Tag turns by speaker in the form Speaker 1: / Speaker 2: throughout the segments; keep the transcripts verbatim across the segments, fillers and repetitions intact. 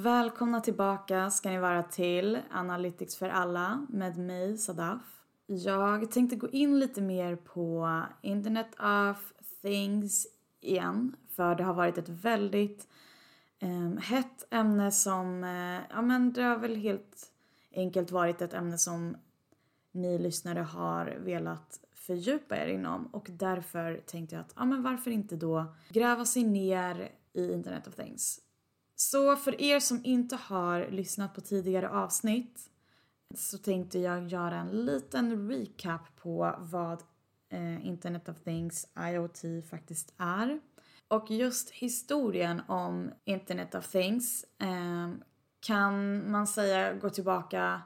Speaker 1: Välkomna tillbaka ska ni vara till Analytics för alla med mig, Sadaf. Jag tänkte gå in lite mer på Internet of Things igen. För det har varit ett väldigt eh, hett ämne som, eh, ja men det har väl helt enkelt varit ett ämne som ni lyssnare har velat fördjupa er inom. Och därför tänkte jag att, ja men varför inte då gräva sig ner i Internet of Things. Så för er som inte har lyssnat på tidigare avsnitt så tänkte jag göra en liten recap på vad eh, Internet of Things, I O T, faktiskt är. Och just historien om Internet of Things eh, kan man säga gå tillbaka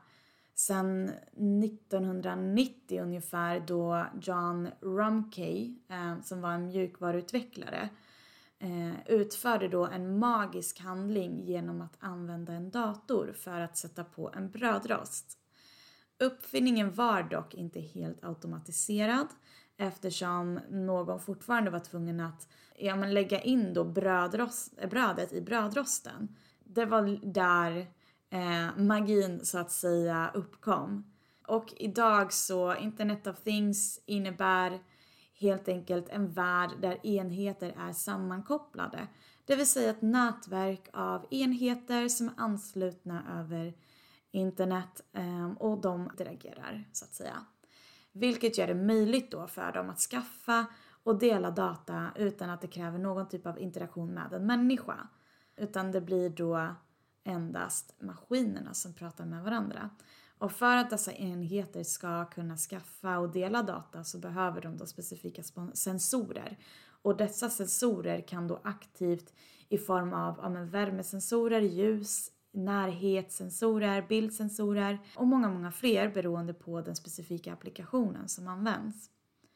Speaker 1: sedan nittonhundranittio ungefär, då John Rumkey, eh, som var en mjukvaruutvecklare, Eh, utförde då en magisk handling genom att använda en dator för att sätta på en brödrost. Uppfinningen var dock inte helt automatiserad eftersom någon fortfarande var tvungen att ja, men lägga in då brödrost, brödet i brödrosten. Det var där eh, magin så att säga uppkom. Och idag så Internet of Things innebär helt enkelt en värld där enheter är sammankopplade. Det vill säga ett nätverk av enheter som är anslutna över internet och de interagerar så att säga. Vilket gör det möjligt då för dem att skaffa och dela data utan att det kräver någon typ av interaktion med en människa. Utan det blir då endast maskinerna som pratar med varandra. Och för att dessa enheter ska kunna skaffa och dela data så behöver de då specifika sensorer. Och dessa sensorer kan då aktivt i form av ja, men värmesensorer, ljus, närhetssensorer, bildsensorer och många, många fler beroende på den specifika applikationen som används.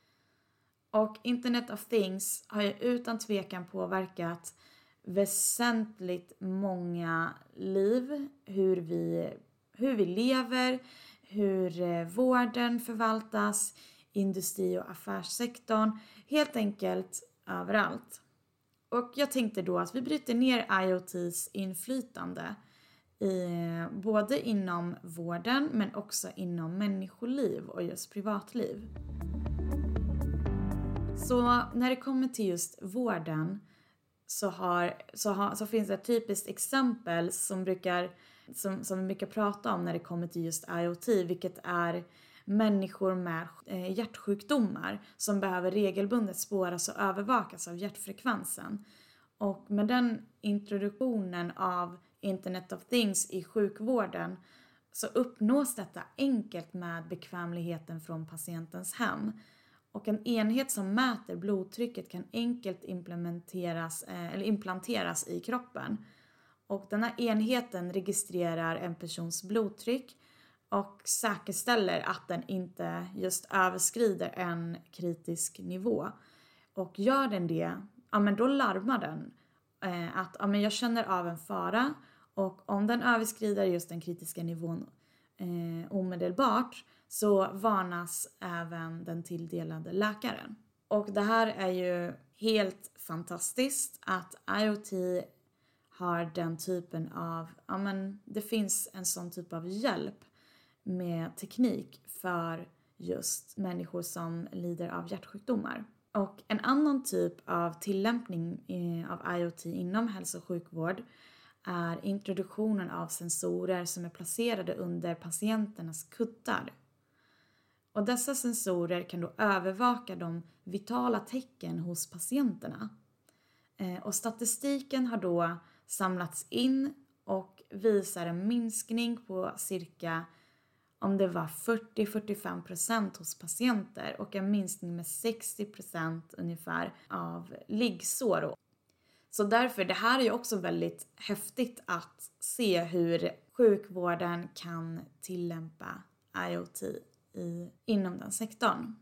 Speaker 1: Och Internet of Things har ju utan tvekan påverkat väsentligt många liv, hur vi Hur vi lever, hur vården förvaltas, industri- och affärssektorn, helt enkelt överallt. Och jag tänkte då att vi bryter ner I O T:s inflytande i, både inom vården men också inom människoliv och just privatliv. Så när det kommer till just vården så, har, så, har, så finns det ett typiskt exempel som brukar Som, som vi brukar prata om när det kommer till just I O T, vilket är människor med eh, hjärtsjukdomar som behöver regelbundet spåras och övervakas av hjärtfrekvensen. Och med den introduktionen av Internet of Things i sjukvården så uppnås detta enkelt med bekvämligheten från patientens hem. Och en enhet som mäter blodtrycket kan enkelt implementeras, eh, eller implanteras i kroppen. Och den här enheten registrerar en persons blodtryck och säkerställer att den inte just överskrider en kritisk nivå. Och gör den det, ja men då larmar den eh, att ja men jag känner av en fara. Och om den överskrider just den kritiska nivån eh, omedelbart så varnas även den tilldelade läkaren. Och det här är ju helt fantastiskt att I O T har den typen av, ja men det finns en sån typ av hjälp med teknik för just människor som lider av hjärtsjukdomar. Och en annan typ av tillämpning av I O T inom hälso- och sjukvård är introduktionen av sensorer som är placerade under patienternas kuddar. Och dessa sensorer kan då övervaka de vitala tecken hos patienterna. Och statistiken har då samlats in och visar en minskning på cirka, om det var fyrtio till fyrtiofem procent hos patienter och en minskning med sextio procent ungefär av liggsår. Så därför, det här är ju också väldigt häftigt att se hur sjukvården kan tillämpa I O T i, inom den sektorn.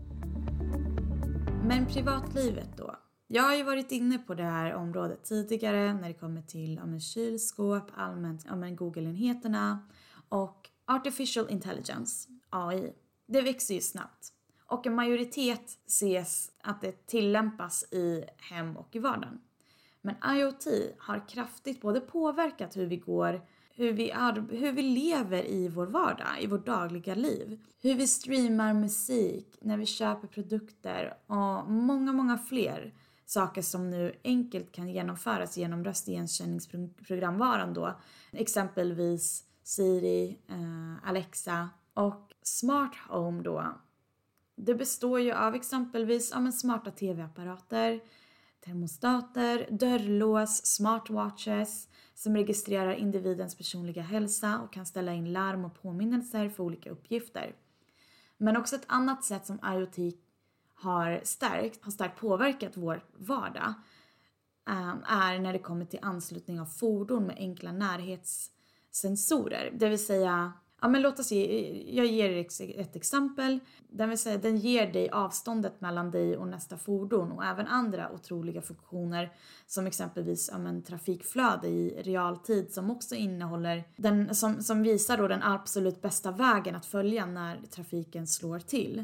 Speaker 1: Men privatlivet då? Jag har ju varit inne på det här området tidigare när det kommer till ja, men kylskåp, allmänt ja, men Google-enheterna och Artificial Intelligence, A I. Det växer ju snabbt och en majoritet ses att det tillämpas i hem och i vardagen. Men IoT har kraftigt både påverkat hur vi går, hur vi, hur vi lever i vår vardag, i vårt dagliga liv. Hur vi streamar musik, när vi köper produkter och många, många fler saker som nu enkelt kan genomföras genom röstigenkänningsprogramvaran då. Exempelvis Siri, eh, Alexa och Smart Home då. Det består ju av exempelvis ja, men smarta tv-apparater, termostater, dörrlås, smartwatches som registrerar individens personliga hälsa och kan ställa in larm och påminnelser för olika uppgifter. Men också ett annat sätt som IoT har stärkt, har starkt påverkat vår vardag är när det kommer till anslutning av fordon med enkla närhetssensorer. Det vill säga, ja men låt oss ge, jag ger ett exempel. Den vill säga, den ger dig avståndet mellan dig och nästa fordon och även andra otroliga funktioner som exempelvis ja men, trafikflöde i realtid som också innehåller den, som, som visar då den absolut bästa vägen att följa när trafiken slår till.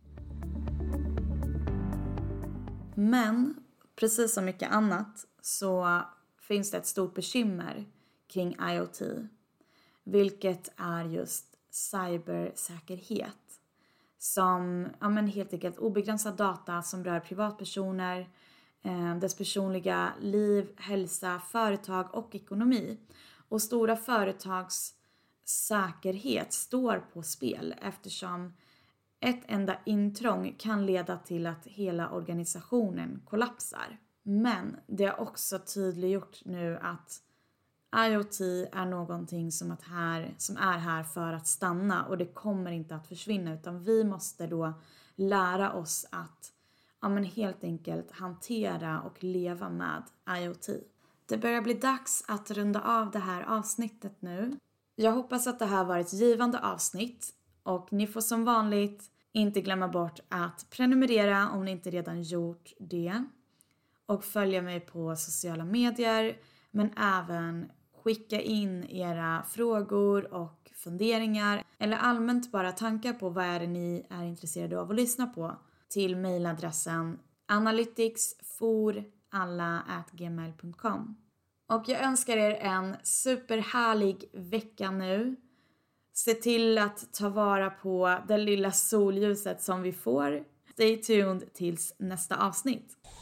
Speaker 1: Men precis som mycket annat så finns det ett stort bekymmer kring IoT. Vilket är just cybersäkerhet. Som ja, men helt enkelt obegränsad data som rör privatpersoner, eh, dess personliga liv, hälsa, företag och ekonomi. Och stora företags säkerhet står på spel eftersom ett enda intrång kan leda till att hela organisationen kollapsar. Men det har också tydliggjort nu att IoT är någonting som, att här, som är här för att stanna och det kommer inte att försvinna utan vi måste då lära oss att ja, men helt enkelt hantera och leva med IoT. Det börjar bli dags att runda av det här avsnittet nu. Jag hoppas att det här var ett givande avsnitt och ni får som vanligt inte glömma bort att prenumerera om ni inte redan gjort det och följa mig på sociala medier men även skicka in era frågor och funderingar eller allmänt bara tankar på vad är det ni är intresserade av att lyssna på till mejladressen analyticsforalla at gmail punkt com. Och jag önskar er en superhärlig vecka nu. Se till att ta vara på det lilla solljuset som vi får. Stay tuned tills nästa avsnitt.